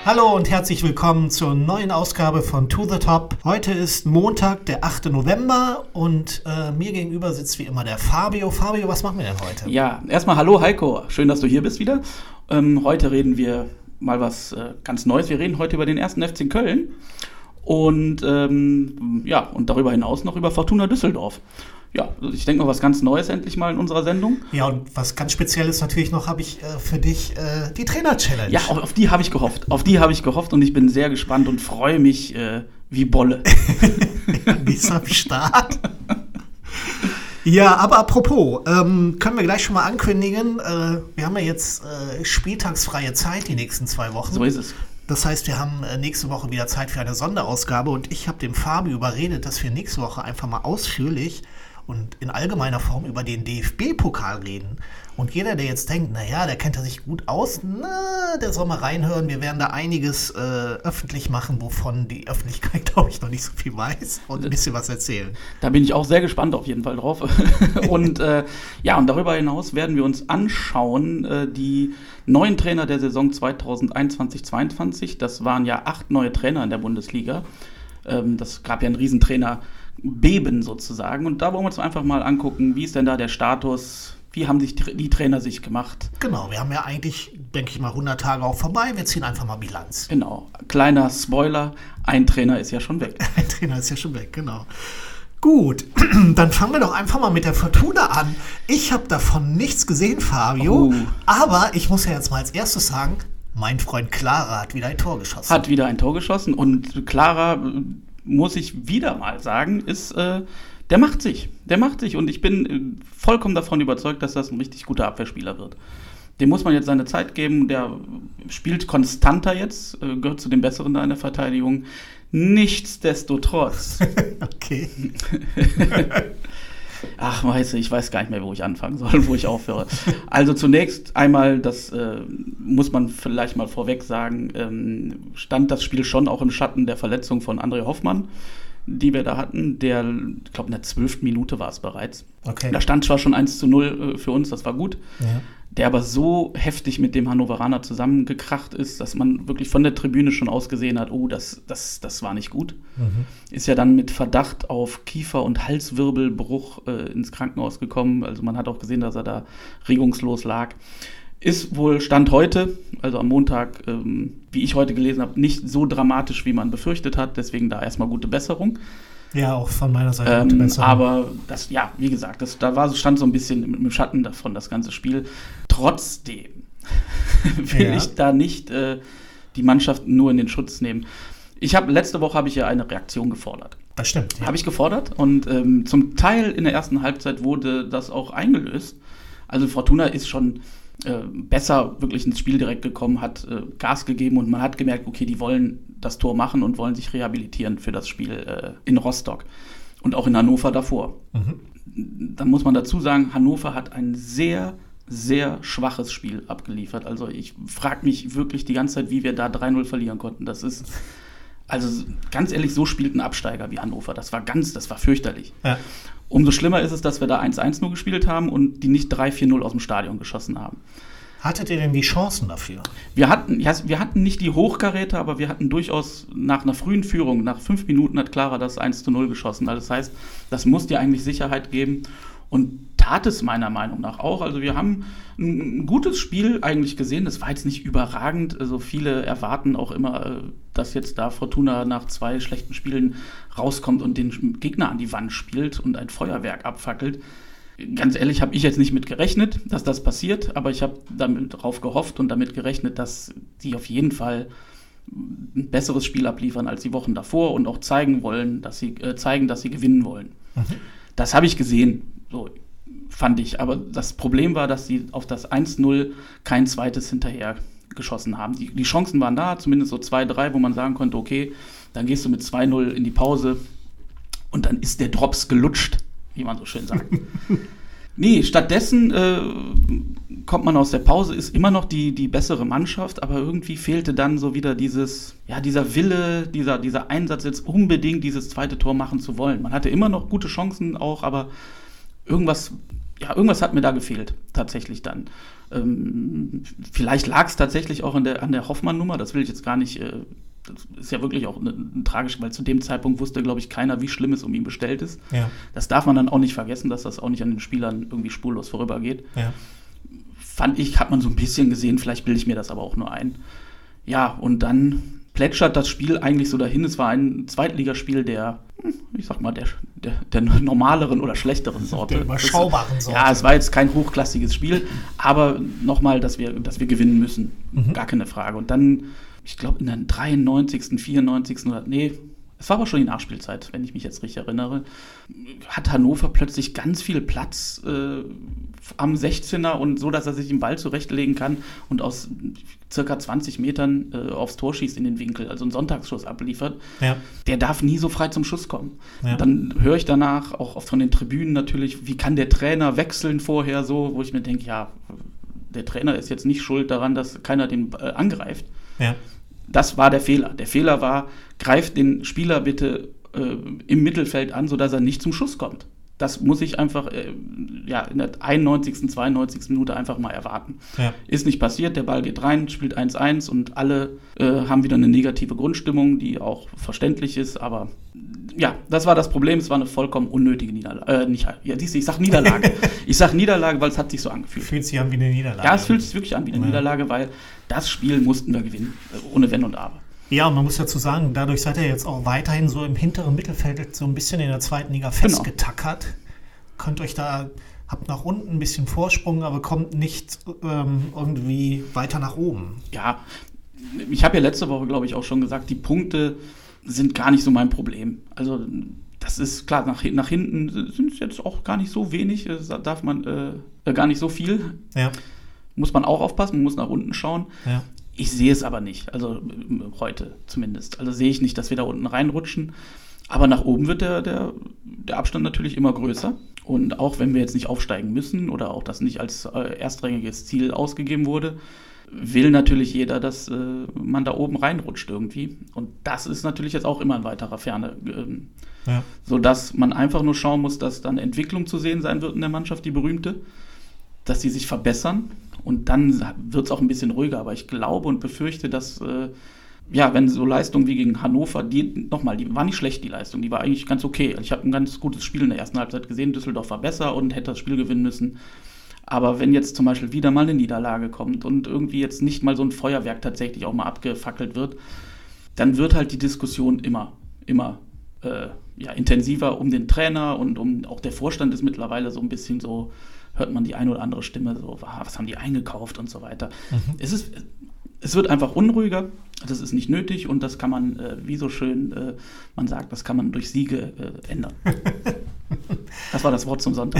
Hallo und herzlich willkommen zur neuen Ausgabe von To The Top. Heute ist Montag, der 8. November und mir gegenüber sitzt wie immer der Fabio. Fabio, was machen wir denn heute? Ja, erstmal hallo Heiko, schön, dass du hier bist wieder. Heute reden wir mal was ganz Neues. Wir reden heute über den 1. FC Köln und und darüber hinaus noch über Fortuna Düsseldorf. Ja, ich denke mal was ganz Neues endlich mal in unserer Sendung. Ja, und was ganz Spezielles natürlich noch habe ich für dich die Trainer-Challenge. Ja, auf die habe ich gehofft. Und ich bin sehr gespannt und freue mich wie Bolle. Die ist am Start. Ja, aber apropos, können wir gleich schon mal ankündigen, wir haben ja jetzt spieltagsfreie Zeit die nächsten 2 Wochen. So ist es. Das heißt, wir haben nächste Woche wieder Zeit für eine Sonderausgabe und ich habe dem Fabio überredet, dass wir nächste Woche einfach mal ausführlich und in allgemeiner Form über den DFB-Pokal reden. Und jeder, der jetzt denkt, naja, der kennt sich gut aus, der soll mal reinhören. Wir werden da einiges öffentlich machen, wovon die Öffentlichkeit, glaube ich, noch nicht so viel weiß und ein bisschen was erzählen. Da bin ich auch sehr gespannt auf jeden Fall drauf. Und und darüber hinaus werden wir uns anschauen, die neuen Trainer der Saison 2021-22. Das waren ja 8 neue Trainer in der Bundesliga. Das gab ja einen Riesentrainer-Beben sozusagen. Und da wollen wir uns einfach mal angucken, wie ist denn da der Status, wie haben sich die Trainer sich gemacht. Genau, wir haben ja eigentlich, denke ich mal, 100 Tage auch vorbei. Wir ziehen einfach mal Bilanz. Genau, kleiner Spoiler, ein Trainer ist ja schon weg. Ein Trainer ist ja schon weg, genau. Gut, dann fangen wir doch einfach mal mit der Fortuna an. Ich habe davon nichts gesehen, Fabio. Aber ich muss ja jetzt mal als erstes sagen, mein Freund Clara hat wieder ein Tor geschossen. Und Clara, muss ich wieder mal sagen, der macht sich. Und ich bin vollkommen davon überzeugt, dass das ein richtig guter Abwehrspieler wird. Dem muss man jetzt seine Zeit geben. Der spielt konstanter jetzt, gehört zu den Besseren da in der Verteidigung. Nichtsdestotrotz. Okay. Ach, ich weiß gar nicht mehr, wo ich anfangen soll, wo ich aufhöre. Also zunächst einmal, das muss man vielleicht mal vorweg sagen, stand das Spiel schon auch im Schatten der Verletzung von André Hoffmann, die wir da hatten. Ich glaube, in der 12. Minute war es bereits. Okay. Da stand zwar schon 1:0 für uns, das war gut. Ja. Der aber so heftig mit dem Hannoveraner zusammengekracht ist, dass man wirklich von der Tribüne schon ausgesehen hat, das war nicht gut. Mhm. Ist ja dann mit Verdacht auf Kiefer- und Halswirbelbruch ins Krankenhaus gekommen. Also man hat auch gesehen, dass er da regungslos lag. Ist wohl Stand heute, also am Montag, wie ich heute gelesen habe, nicht so dramatisch, wie man befürchtet hat. Deswegen da erstmal gute Besserung. Ja, auch von meiner Seite gute Besserung. Aber das, ja, wie gesagt, stand so ein bisschen im Schatten davon, das ganze Spiel. Trotzdem will ich da nicht die Mannschaft nur in den Schutz nehmen. Letzte Woche habe ich ja eine Reaktion gefordert. Das stimmt. Ja. Habe ich gefordert und zum Teil in der ersten Halbzeit wurde das auch eingelöst. Also Fortuna ist schon besser wirklich ins Spiel direkt gekommen, hat Gas gegeben und man hat gemerkt, okay, die wollen das Tor machen und wollen sich rehabilitieren für das Spiel in Rostock und auch in Hannover davor. Mhm. Dann muss man dazu sagen, Hannover hat ein sehr, sehr schwaches Spiel abgeliefert. Also ich frage mich wirklich die ganze Zeit, wie wir da 3-0 verlieren konnten. Das ist, also ganz ehrlich, so spielt ein Absteiger wie Hannover. Das war fürchterlich. Ja. Umso schlimmer ist es, dass wir da 1-1 nur gespielt haben und die nicht 3-4-0 aus dem Stadion geschossen haben. Hattet ihr denn die Chancen dafür? Wir hatten nicht die Hochkaräter, aber wir hatten durchaus nach einer frühen Führung, nach 5 Minuten hat Clara das 1-0 geschossen. Also das heißt, das muss dir eigentlich Sicherheit geben und tat es meiner Meinung nach auch. Also wir haben ein gutes Spiel eigentlich gesehen. Das war jetzt nicht überragend. Also viele erwarten auch immer, dass jetzt da Fortuna nach 2 schlechten Spielen rauskommt und den Gegner an die Wand spielt und ein Feuerwerk abfackelt. Ganz ehrlich, habe ich jetzt nicht mit gerechnet, dass das passiert, aber ich habe darauf gehofft und damit gerechnet, dass die auf jeden Fall ein besseres Spiel abliefern als die Wochen davor und auch zeigen, dass sie gewinnen wollen. Mhm. Das habe ich gesehen, so fand ich. Aber das Problem war, dass sie auf das 1-0 kein zweites hinterher geschossen haben. Die Chancen waren da, zumindest so 2, 3, wo man sagen konnte, okay, dann gehst du mit 2-0 in die Pause und dann ist der Drops gelutscht, wie man so schön sagt. Nee, stattdessen kommt man aus der Pause, ist immer noch die bessere Mannschaft, aber irgendwie fehlte dann so wieder dieser Wille, dieser Einsatz, jetzt unbedingt dieses zweite Tor machen zu wollen. Man hatte immer noch gute Chancen auch, aber irgendwas ja, irgendwas hat mir da gefehlt, tatsächlich dann. Vielleicht lag es tatsächlich auch an der Hoffmann-Nummer, das will ich jetzt gar nicht, das ist ja wirklich auch tragisch, weil zu dem Zeitpunkt wusste, glaube ich, keiner, wie schlimm es um ihn bestellt ist. Ja. Das darf man dann auch nicht vergessen, dass das auch nicht an den Spielern irgendwie spurlos vorübergeht. Ja. Fand ich, hat man so ein bisschen gesehen, vielleicht bilde ich mir das aber auch nur ein. Ja, und dann plätschert das Spiel eigentlich so dahin. Es war ein Zweitligaspiel der, ich sag mal, der normaleren oder schlechteren Sorte. Der überschaubaren Sorte. Ja, es war jetzt kein hochklassiges Spiel, aber nochmal, dass wir gewinnen müssen. Gar keine Frage. Und dann, ich glaube, in der 93., 94. oder, es war aber schon die Nachspielzeit, wenn ich mich jetzt richtig erinnere, hat Hannover plötzlich ganz viel Platz am 16er und so, dass er sich den Ball zurechtlegen kann und aus circa 20 Metern aufs Tor schießt in den Winkel, also einen Sonntagsschuss abliefert. Ja. Der darf nie so frei zum Schuss kommen. Ja. Dann höre ich danach, auch von den Tribünen natürlich, wie kann der Trainer wechseln vorher so, wo ich mir denke, ja, der Trainer ist jetzt nicht schuld daran, dass keiner den angreift. Ja. Das war der Fehler. Der Fehler war, greift den Spieler bitte im Mittelfeld an, sodass er nicht zum Schuss kommt. Das muss ich einfach in der 91., 92. Minute einfach mal erwarten. Ja. Ist nicht passiert, der Ball geht rein, spielt 1-1 und alle haben wieder eine negative Grundstimmung, die auch verständlich ist, aber ja, das war das Problem, es war eine vollkommen unnötige Niederlage. Ich sag Niederlage. Ich sag Niederlage, weil es hat sich so angefühlt. Fühlt sich an wie eine Niederlage. Ja, es fühlt sich wirklich an wie eine Niederlage, weil das Spiel mussten wir gewinnen, ohne Wenn und Aber. Ja, und man muss dazu sagen, dadurch seid ihr jetzt auch weiterhin so im hinteren Mittelfeld so ein bisschen in der zweiten Liga festgetackert. Genau. Habt nach unten ein bisschen Vorsprung, aber kommt nicht irgendwie weiter nach oben. Ja, ich habe ja letzte Woche, glaube ich, auch schon gesagt, die Punkte sind gar nicht so mein Problem. Also das ist klar, nach hinten sind es jetzt auch gar nicht so wenig, darf man gar nicht so viel. Ja. Muss man auch aufpassen, man muss nach unten schauen. Ja. Ich sehe es aber nicht, also heute zumindest. Also sehe ich nicht, dass wir da unten reinrutschen. Aber nach oben wird der Abstand natürlich immer größer. Und auch wenn wir jetzt nicht aufsteigen müssen oder auch das nicht als erstrangiges Ziel ausgegeben wurde, will natürlich jeder, dass man da oben reinrutscht irgendwie. Und das ist natürlich jetzt auch immer in weiterer Ferne. Sodass man einfach nur schauen muss, dass dann Entwicklung zu sehen sein wird in der Mannschaft, die berühmte, dass sie sich verbessern. Und dann wird es auch ein bisschen ruhiger. Aber ich glaube und befürchte, dass, wenn so Leistungen wie gegen Hannover, die war nicht schlecht, die Leistung, die war eigentlich ganz okay. Ich habe ein ganz gutes Spiel in der ersten Halbzeit gesehen. Düsseldorf war besser und hätte das Spiel gewinnen müssen. Aber wenn jetzt zum Beispiel wieder mal eine Niederlage kommt und irgendwie jetzt nicht mal so ein Feuerwerk tatsächlich auch mal abgefackelt wird, dann wird halt die Diskussion immer intensiver um den Trainer und auch der Vorstand ist mittlerweile so ein bisschen so, hört man die eine oder andere Stimme so, was haben die eingekauft und so weiter. Es wird einfach unruhiger, das ist nicht nötig und das kann man, wie so schön man sagt, das kann man durch Siege ändern. Das war das Wort zum Sonntag.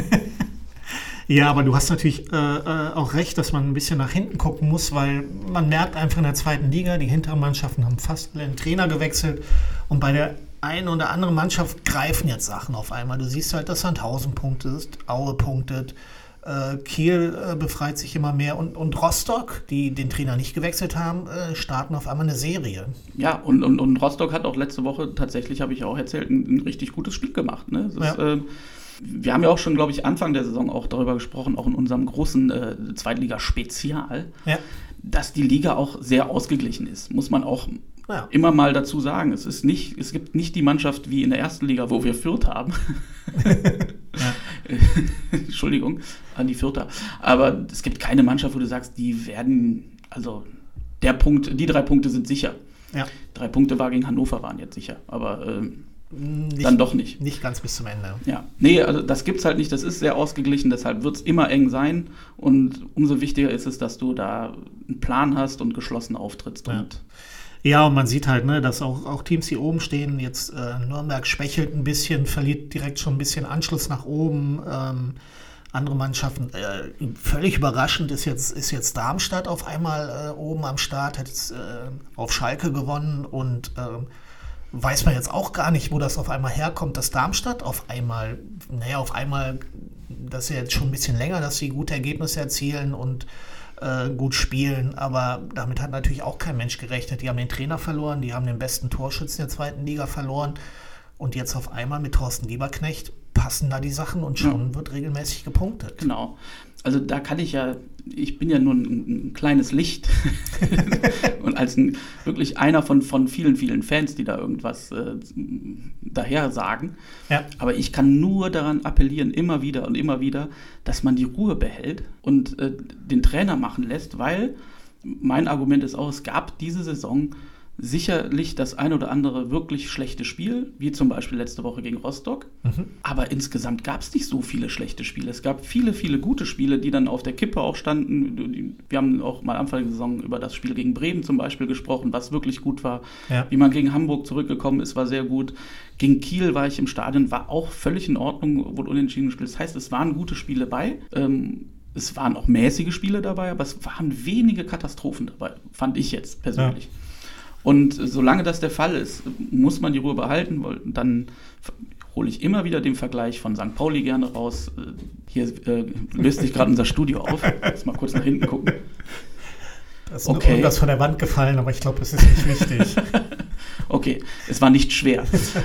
Ja, aber du hast natürlich auch recht, dass man ein bisschen nach hinten gucken muss, weil man merkt einfach in der zweiten Liga, die hinteren Mannschaften haben fast alle den Trainer gewechselt und bei der einen oder anderen Mannschaft greifen jetzt Sachen auf einmal. Du siehst halt, dass Sandhausen punktet, Aue punktet, Kiel befreit sich immer mehr und Rostock, die den Trainer nicht gewechselt haben, starten auf einmal eine Serie. Ja, und Rostock hat auch letzte Woche tatsächlich, habe ich auch erzählt, ein richtig gutes Spiel gemacht. Ne? Wir haben ja auch schon, glaube ich, Anfang der Saison auch darüber gesprochen, auch in unserem großen Zweitliga-Spezial, dass die Liga auch sehr ausgeglichen ist, muss man auch immer mal dazu sagen. Es gibt nicht die Mannschaft wie in der ersten Liga, wo wir Fürth haben. Entschuldigung an die Fürther. Aber es gibt keine Mannschaft, wo du sagst, die werden, also die 3 Punkte sind sicher. Ja. 3 Punkte gegen Hannover waren jetzt sicher, aber dann doch nicht. Nicht ganz bis zum Ende. Ja. Nee, also das gibt's halt nicht, das ist sehr ausgeglichen, deshalb wird es immer eng sein und umso wichtiger ist es, dass du da einen Plan hast und geschlossen auftrittst. Ja, und man sieht halt, dass auch Teams, die oben stehen, jetzt Nürnberg schwächelt ein bisschen, verliert direkt schon ein bisschen Anschluss nach oben. Andere Mannschaften, völlig überraschend ist jetzt Darmstadt auf einmal oben am Start, hat jetzt auf Schalke gewonnen und weiß man jetzt auch gar nicht, wo das auf einmal herkommt, dass Darmstadt auf einmal, das ist ja jetzt schon ein bisschen länger, dass sie gute Ergebnisse erzielen und gut spielen, aber damit hat natürlich auch kein Mensch gerechnet. Die haben den Trainer verloren, die haben den besten Torschützen der zweiten Liga verloren und jetzt auf einmal mit Thorsten Lieberknecht passen da die Sachen und schon wird regelmäßig gepunktet. Genau. Also da kann ich bin ja nur ein kleines Licht und als wirklich einer von vielen, vielen Fans, die da irgendwas daher sagen. Ja. Aber ich kann nur daran appellieren, immer wieder, dass man die Ruhe behält und den Trainer machen lässt, weil mein Argument ist auch, es gab diese Saison sicherlich das ein oder andere wirklich schlechte Spiel, wie zum Beispiel letzte Woche gegen Rostock. Aber insgesamt gab es nicht so viele schlechte Spiele. Es gab viele, viele gute Spiele, die dann auf der Kippe auch standen. Wir haben auch mal am Anfang der Saison über das Spiel gegen Bremen zum Beispiel gesprochen, was wirklich gut war. Ja. Wie man gegen Hamburg zurückgekommen ist, war sehr gut. Gegen Kiel war ich im Stadion, war auch völlig in Ordnung, wurde unentschieden gespielt. Das heißt, es waren gute Spiele bei. Es waren auch mäßige Spiele dabei, aber es waren wenige Katastrophen dabei, fand ich jetzt persönlich. Ja. Und solange das der Fall ist, muss man die Ruhe behalten. Dann hole ich immer wieder den Vergleich von St. Pauli gerne raus. Hier löst sich gerade unser Studio auf. Lass mal kurz nach hinten gucken. Das ist irgendwas von der Wand gefallen, aber ich glaube, das ist nicht wichtig. Okay, es war nicht schwer.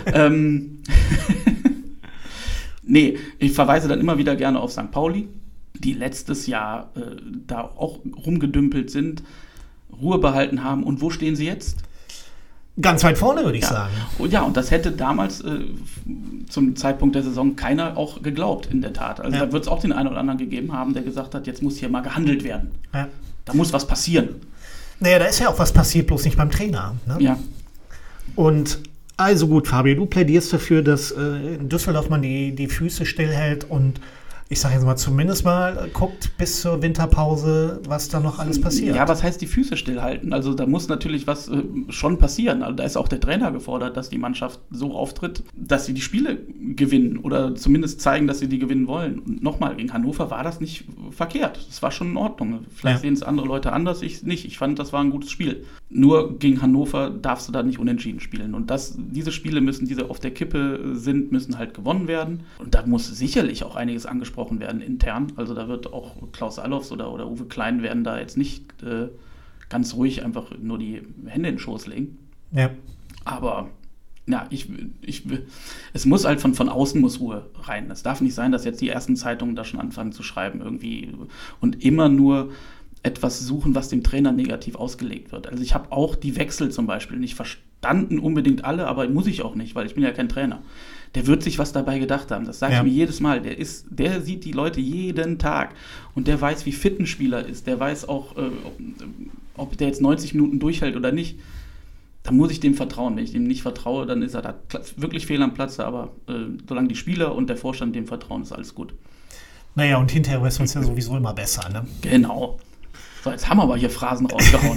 Nee, ich verweise dann immer wieder gerne auf St. Pauli, die letztes Jahr da auch rumgedümpelt sind, Ruhe behalten haben. Und wo stehen sie jetzt? Ganz weit vorne, würde ich sagen. Ja, und das hätte damals zum Zeitpunkt der Saison keiner auch geglaubt, in der Tat. Also da wird es auch den einen oder anderen gegeben haben, der gesagt hat, jetzt muss hier mal gehandelt werden. Ja. Da muss was passieren. Naja, da ist ja auch was passiert, bloß nicht beim Trainer. Ne? Ja. Und also gut, Fabio, du plädierst dafür, dass in Düsseldorf man die Füße stillhält und ich sage jetzt mal, zumindest mal guckt bis zur Winterpause, was da noch alles passiert. Ja, was heißt die Füße stillhalten? Also da muss natürlich was schon passieren. Also da ist auch der Trainer gefordert, dass die Mannschaft so auftritt, dass sie die Spiele gewinnen oder zumindest zeigen, dass sie die gewinnen wollen. Und nochmal, gegen Hannover war das nicht verkehrt. Das war schon in Ordnung. Vielleicht sehen es andere Leute anders, ich nicht. Ich fand, das war ein gutes Spiel. Nur gegen Hannover darfst du da nicht unentschieden spielen. Und diese Spiele die auf der Kippe sind, müssen halt gewonnen werden. Und da muss sicherlich auch einiges angesprochen werden intern. Also da wird auch Klaus Allofs oder Uwe Klein werden da jetzt nicht ganz ruhig einfach nur die Hände in den Schoß legen. Ja. Aber ja, es muss halt von außen muss Ruhe rein. Es darf nicht sein, dass jetzt die ersten Zeitungen da schon anfangen zu schreiben irgendwie und immer nur etwas suchen, was dem Trainer negativ ausgelegt wird. Also ich habe auch die Wechsel zum Beispiel nicht verstanden, unbedingt alle, aber muss ich auch nicht, weil ich bin ja kein Trainer. Der wird sich was dabei gedacht haben. Das sage ich mir jedes Mal. Der sieht die Leute jeden Tag und der weiß, wie fit ein Spieler ist. Der weiß auch, ob der jetzt 90 Minuten durchhält oder nicht. Da muss ich dem vertrauen. Wenn ich dem nicht vertraue, dann ist er da wirklich fehl am Platze. Aber solange die Spieler und der Vorstand dem vertrauen, ist alles gut. Naja, und hinterher wissen wir es ja sowieso immer besser, ne? Genau. So, jetzt haben wir aber hier Phrasen rausgehauen.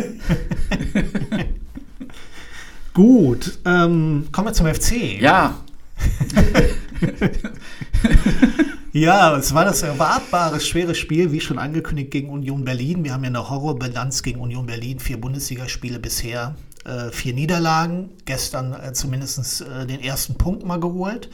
Gut, kommen wir zum FC. Ja. Ja, es war das erwartbare, schwere Spiel, wie schon angekündigt, gegen Union Berlin. Wir haben ja eine Horrorbilanz gegen Union Berlin, 4 Bundesligaspiele bisher, 4 Niederlagen. Gestern zumindest den ersten Punkt mal geholt.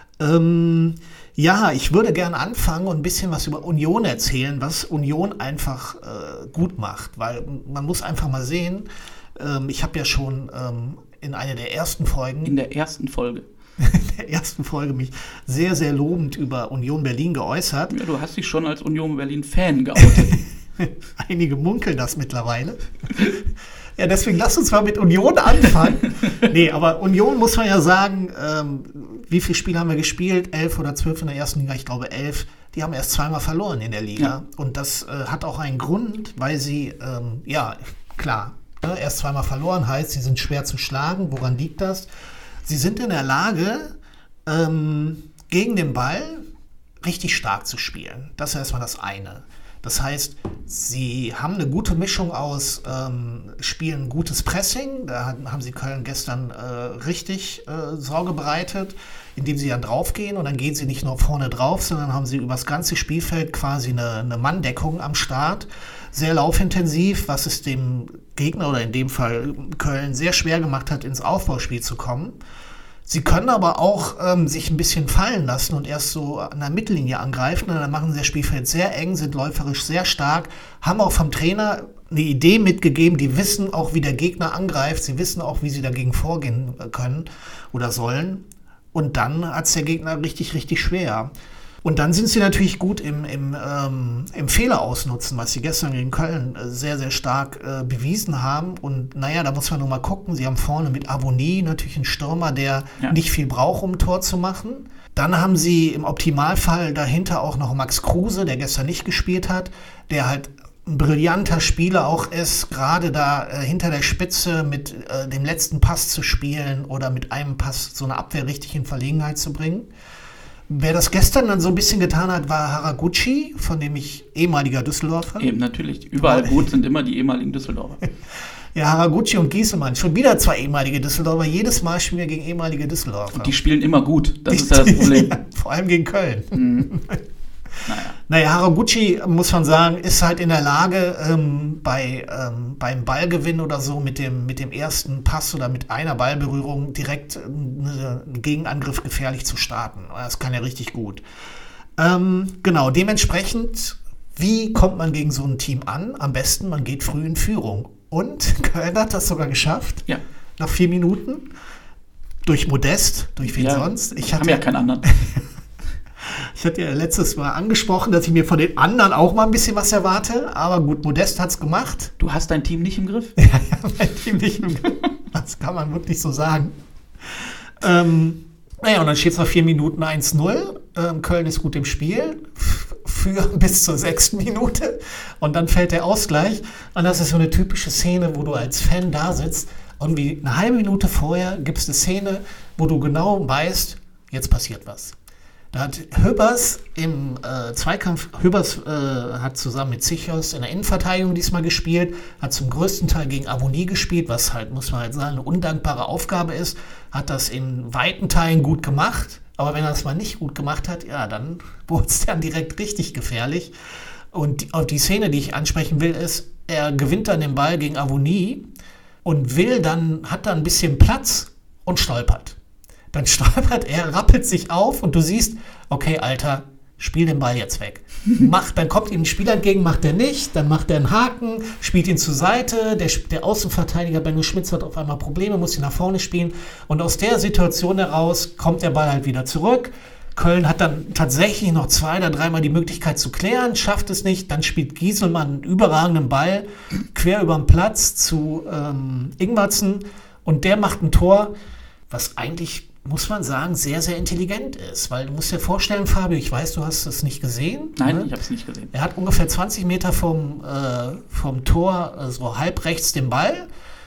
Ja, ich würde gerne anfangen und ein bisschen was über Union erzählen, was Union einfach gut macht, weil man muss einfach mal sehen, ich habe ja schon in einer der ersten Folgen... In der ersten Folge mich sehr, sehr lobend über Union Berlin geäußert. Ja, du hast dich schon als Union Berlin-Fan geoutet. Einige munkeln das mittlerweile. Ja, deswegen lass uns mal mit Union anfangen. Nee, aber Union muss man ja sagen, wie viele Spiele haben wir gespielt? 11 oder 12 in der ersten Liga? Ich glaube 11. Die haben erst 2-mal verloren in der Liga. Ja. Und das hat auch einen Grund, weil sie, klar, erst 2-mal verloren heißt, sie sind schwer zu schlagen. Woran liegt das? Sie sind in der Lage, gegen den Ball richtig stark zu spielen. Das ist erstmal das eine. Das heißt, sie haben eine gute Mischung aus spielen gutes Pressing. Da haben sie Köln gestern richtig Sorge bereitet, indem sie dann draufgehen. Und dann gehen sie nicht nur vorne drauf, sondern haben sie über das ganze Spielfeld quasi eine Manndeckung am Start. Sehr laufintensiv, was es dem Gegner oder in dem Fall Köln sehr schwer gemacht hat, ins Aufbauspiel zu kommen. Sie können aber auch sich ein bisschen fallen lassen und erst so an der Mittellinie angreifen. Und dann machen sie das Spielfeld sehr eng, sind läuferisch sehr stark, haben auch vom Trainer eine Idee mitgegeben. Die wissen auch, wie der Gegner angreift. Sie wissen auch, wie sie dagegen vorgehen können oder sollen. und dann hat es der Gegner richtig, richtig schwer. Und dann sind sie natürlich gut im Fehler ausnutzen, was sie gestern gegen Köln sehr, sehr stark bewiesen haben. Und naja, da muss man nur mal gucken. Sie haben vorne mit Avoni natürlich einen Stürmer, der nicht viel braucht, um ein Tor zu machen. Dann haben sie im Optimalfall dahinter auch noch Max Kruse, der gestern nicht gespielt hat, der halt ein brillanter Spieler auch ist, gerade da hinter der Spitze mit dem letzten Pass zu spielen oder mit einem Pass so eine Abwehr richtig in Verlegenheit zu bringen. Wer das gestern dann so ein bisschen getan hat, war Haraguchi, von dem ich ehemaliger Düsseldorfer. Eben, natürlich. Überall gut sind immer die ehemaligen Düsseldorfer. Ja, Haraguchi und Giesemann, schon wieder 2 ehemalige Düsseldorfer. Jedes Mal spielen wir gegen ehemalige Düsseldorfer. Und die spielen immer gut, das ist ja das Problem. Ja, vor allem gegen Köln. Naja, Haraguchi, muss man sagen, ist halt in der Lage, beim Ballgewinn oder so mit dem ersten Pass oder mit einer Ballberührung direkt einen Gegenangriff gefährlich zu starten. Das kann er richtig gut. Genau, dementsprechend, wie kommt man gegen so ein Team an? Am besten, man geht früh in Führung. Und Köln hat das sogar geschafft. Ja. Nach 4 Minuten. Durch Modest, durch wen sonst? Ich habe ja keinen anderen. Ich hatte ja letztes Mal angesprochen, dass ich mir von den anderen auch mal ein bisschen was erwarte. Aber gut, Modest hat's gemacht. Du hast dein Team nicht im Griff? Ja, mein Team nicht im Griff. Das kann man wirklich so sagen. Naja, und dann steht es nach 4 Minuten 1-0. Köln ist gut im Spiel. Für bis zur 6. Minute. Und dann fällt der Ausgleich. Und das ist so eine typische Szene, wo du als Fan da sitzt. Irgendwie eine halbe Minute vorher gibt es eine Szene, wo du genau weißt, jetzt passiert was. Da hat Höbers im Zweikampf, hat zusammen mit Zichos in der Innenverteidigung diesmal gespielt, hat zum größten Teil gegen Avoni gespielt, was halt, muss man halt sagen, eine undankbare Aufgabe ist, hat das in weiten Teilen gut gemacht, aber wenn er das mal nicht gut gemacht hat, ja, dann wurde es dann direkt richtig gefährlich. Und die Szene, die ich ansprechen will, ist, er gewinnt dann den Ball gegen Avoni und hat dann ein bisschen Platz und stolpert. Dann stolpert er, rappelt sich auf und du siehst, okay, Alter, spiel den Ball jetzt weg. Dann kommt ihm ein Spieler entgegen, macht er nicht, dann macht er einen Haken, spielt ihn zur Seite, der Außenverteidiger Benno Schmitz hat auf einmal Probleme, muss ihn nach vorne spielen und aus der Situation heraus kommt der Ball halt wieder zurück. Köln hat dann tatsächlich noch 2 oder 3 Mal die Möglichkeit zu klären, schafft es nicht, dann spielt Gieselmann einen überragenden Ball quer über den Platz zu Ingwertsen und der macht ein Tor, was eigentlich, muss man sagen, sehr, sehr intelligent ist. Weil du musst dir vorstellen, Fabio, ich weiß, du hast es nicht gesehen. Nein, ne? Ich habe es nicht gesehen. Er hat ungefähr 20 Meter vom Tor, so halb rechts den Ball.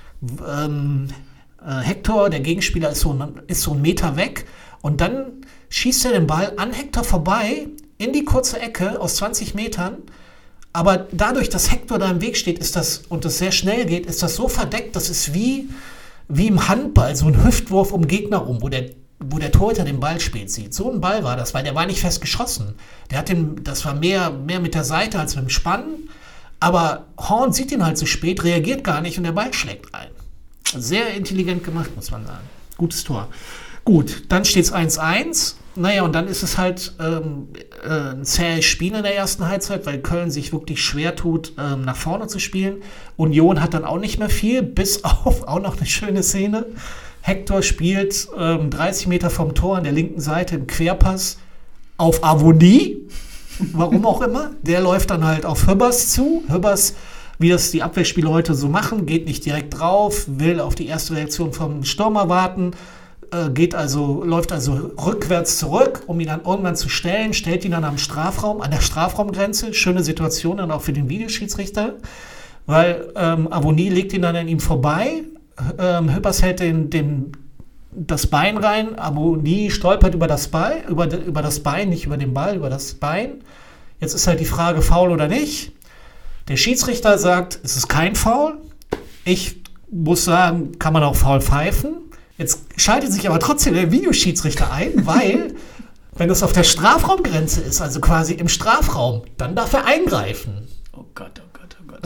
Hector, der Gegenspieler, ist so ein Meter weg. Und dann schießt er den Ball an Hector vorbei in die kurze Ecke aus 20 Metern. Aber dadurch, dass Hector da im Weg steht, und das sehr schnell geht, ist das so verdeckt, das ist wie im Handball, so ein Hüftwurf um Gegner rum, wo der Torhüter den Ball spät sieht. So ein Ball war das, weil der war nicht fest geschossen. Das war mehr mit der Seite als mit dem Spannen. Aber Horn sieht ihn halt so spät, reagiert gar nicht und der Ball schlägt ein. Sehr intelligent gemacht, muss man sagen. Gutes Tor. Gut, dann steht es 1-1. Naja, und dann ist es halt ein zähes Spiel in der ersten Halbzeit, weil Köln sich wirklich schwer tut, nach vorne zu spielen. Union hat dann auch nicht mehr viel, bis auf auch noch eine schöne Szene. Hector spielt 30 Meter vom Tor an der linken Seite im Querpass auf Avoni. Warum auch immer. Der läuft dann halt auf Höbers zu. Höbers, wie das die Abwehrspieler heute so machen, geht nicht direkt drauf, will auf die erste Reaktion vom Stürmer warten. Läuft also rückwärts zurück, um ihn dann irgendwann zu stellen, stellt ihn dann an der Strafraumgrenze. Schöne Situation dann auch für den Videoschiedsrichter, weil Avoni legt ihn dann an ihm vorbei. Höbers hält das Bein rein, Avoni stolpert über das Bein, nicht über den Ball, über das Bein. Jetzt ist halt die Frage, Foul oder nicht. Der Schiedsrichter sagt, es ist kein Foul. Ich muss sagen, kann man auch Foul pfeifen. Jetzt schaltet sich aber trotzdem der Videoschiedsrichter ein, weil, wenn das auf der Strafraumgrenze ist, also quasi im Strafraum, dann darf er eingreifen. Oh Gott, oh Gott, oh Gott.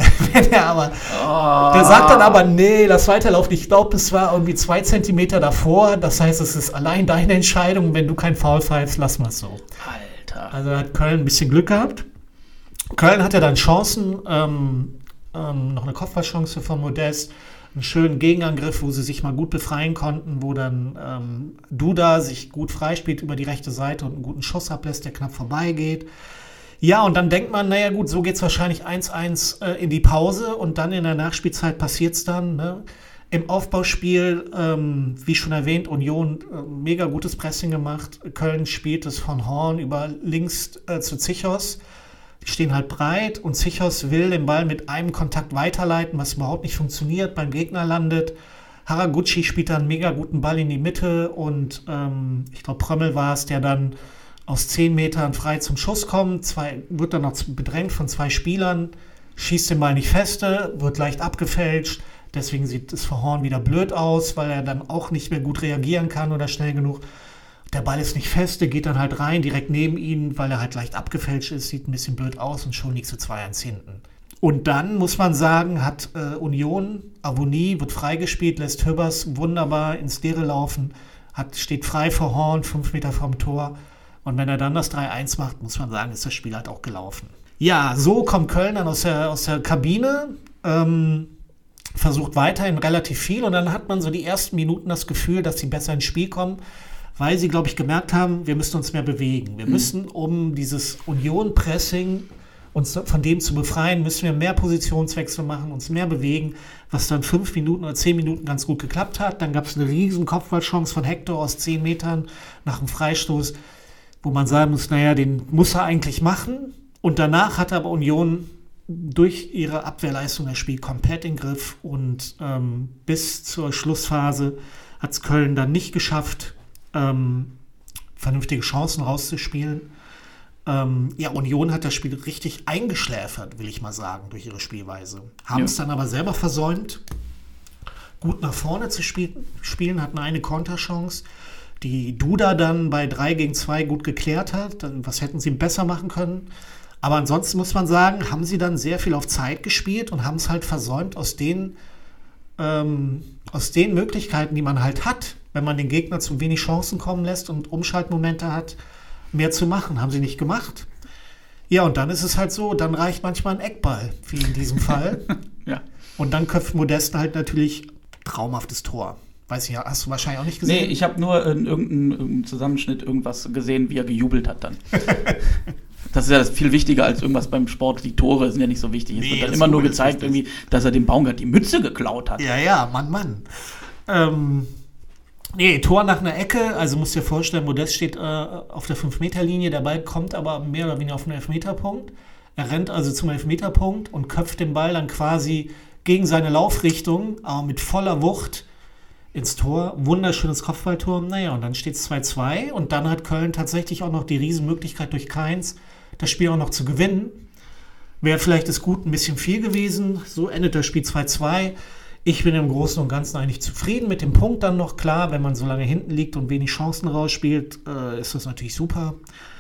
Der sagt dann aber, nee, lass weiterlaufen. Ich glaube, es war irgendwie 2 Zentimeter davor. Das heißt, es ist allein deine Entscheidung. Wenn du kein Foul pfeifst, lass mal so. Alter. Also hat Köln ein bisschen Glück gehabt. Köln hatte dann Chancen, noch eine Kopfballchance von Modest. einen schönen Gegenangriff, wo sie sich mal gut befreien konnten, wo dann Duda sich gut freispielt über die rechte Seite und einen guten Schuss ablässt, der knapp vorbeigeht. Ja, und dann denkt man, naja gut, so geht es wahrscheinlich 1-1 in die Pause und dann in der Nachspielzeit passiert es dann. Ne? Im Aufbauspiel, wie schon erwähnt, Union mega gutes Pressing gemacht. Köln spielt es von Horn über links zu Zichos. Die stehen halt breit und Zichos will den Ball mit einem Kontakt weiterleiten, was überhaupt nicht funktioniert, beim Gegner landet. Haraguchi spielt dann einen mega guten Ball in die Mitte und ich glaube Prömmel war es, der dann aus 10 Metern frei zum Schuss kommt, wird dann noch bedrängt von 2 Spielern, schießt den Ball nicht feste, wird leicht abgefälscht. Deswegen sieht es für Horn wieder blöd aus, weil er dann auch nicht mehr gut reagieren kann oder schnell genug. Der Ball ist nicht fest, der geht dann halt rein, direkt neben ihn, weil er halt leicht abgefälscht ist, sieht ein bisschen blöd aus und schon liegt so 2-1 hinten. Und dann, muss man sagen, hat Union, Avonie wird freigespielt, lässt Höbers wunderbar ins Leere laufen, steht frei vor Horn, 5 Meter vom Tor. Und wenn er dann das 3-1 macht, muss man sagen, ist das Spiel halt auch gelaufen. Ja, so kommt Köln dann aus der Kabine, versucht weiterhin relativ viel und dann hat man so die ersten Minuten das Gefühl, dass sie besser ins Spiel kommen, weil sie, glaube ich, gemerkt haben, wir müssen uns mehr bewegen. Wir müssen, um dieses Union-Pressing uns von dem zu befreien, müssen wir mehr Positionswechsel machen, uns mehr bewegen, was dann 5 Minuten oder 10 Minuten ganz gut geklappt hat. Dann gab es eine riesen Kopfballchance von Hector aus 10 Metern nach einem Freistoß, wo man sagen muss, naja, den muss er eigentlich machen. Und danach hat aber Union durch ihre Abwehrleistung das Spiel komplett in den Griff. Und bis zur Schlussphase hat es Köln dann nicht geschafft, vernünftige Chancen rauszuspielen. Union hat das Spiel richtig eingeschläfert, will ich mal sagen, durch ihre Spielweise. Haben es dann aber selber versäumt, gut nach vorne zu spielen, hatten eine Konterchance, die Duda dann bei 3-2 gut geklärt hat. Was hätten sie besser machen können? Aber ansonsten muss man sagen, haben sie dann sehr viel auf Zeit gespielt und haben es halt versäumt, aus den Möglichkeiten, die man halt hat, wenn man den Gegner zu wenig Chancen kommen lässt und Umschaltmomente hat, mehr zu machen. Haben sie nicht gemacht. Ja, und dann ist es halt so, dann reicht manchmal ein Eckball, wie in diesem Fall. Ja. Und dann köpft Modeste halt natürlich traumhaftes Tor. Weiß ich ja, hast du wahrscheinlich auch nicht gesehen? Nee, ich habe nur in irgendeinem Zusammenschnitt irgendwas gesehen, wie er gejubelt hat dann. Das ist ja das viel wichtiger als irgendwas beim Sport. Die Tore sind ja nicht so wichtig. Es wird dann immer nur gezeigt, irgendwie, dass er dem Baumgart die Mütze geklaut hat. Ja, Mann. Tor nach einer Ecke. Also musst dir vorstellen, Modest steht auf der 5-Meter-Linie. Der Ball kommt aber mehr oder weniger auf den Elfmeterpunkt. Er rennt also zum Elfmeterpunkt und köpft den Ball dann quasi gegen seine Laufrichtung, aber mit voller Wucht ins Tor. Wunderschönes Kopfballtor. Naja, und dann steht es 2-2 und dann hat Köln tatsächlich auch noch die Riesenmöglichkeit durch Kainz, das Spiel auch noch zu gewinnen. Wäre vielleicht das Gut ein bisschen viel gewesen. So endet das Spiel 2-2. Ich bin im Großen und Ganzen eigentlich zufrieden mit dem Punkt dann noch. Klar, wenn man so lange hinten liegt und wenig Chancen rausspielt, ist das natürlich super.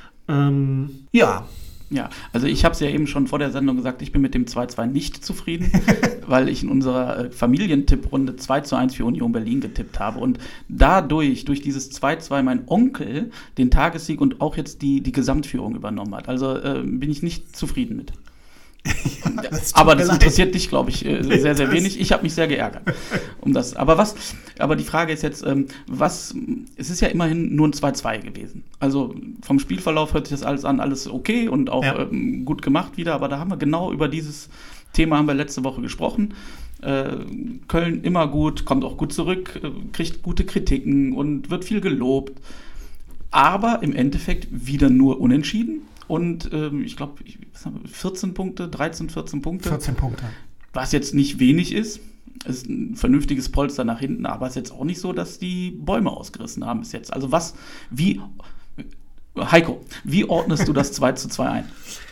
Ja, also ich habe es ja eben schon vor der Sendung gesagt, ich bin mit dem 2-2 nicht zufrieden, weil ich in unserer Familientipprunde 2-1 für Union Berlin getippt habe und durch dieses 2-2 mein Onkel den Tagessieg und auch jetzt die Gesamtführung übernommen hat. Also bin ich nicht zufrieden mit. Aber das interessiert dich, glaube ich, sehr, sehr wenig. Ich habe mich sehr geärgert um das. Aber die Frage ist jetzt, es ist ja immerhin nur ein 2-2 gewesen. Also vom Spielverlauf hört sich das alles an, alles okay und auch gut gemacht wieder. Aber da haben wir genau über dieses Thema haben wir letzte Woche gesprochen. Köln immer gut, kommt auch gut zurück, kriegt gute Kritiken und wird viel gelobt. Aber im Endeffekt wieder nur unentschieden. Und ich glaube, 14 Punkte. 14 Punkte. Was jetzt nicht wenig ist. Ist ein vernünftiges Polster nach hinten, aber es ist jetzt auch nicht so, dass die Bäume ausgerissen haben bis jetzt. Also Heiko, wie ordnest du das 2-2 ein?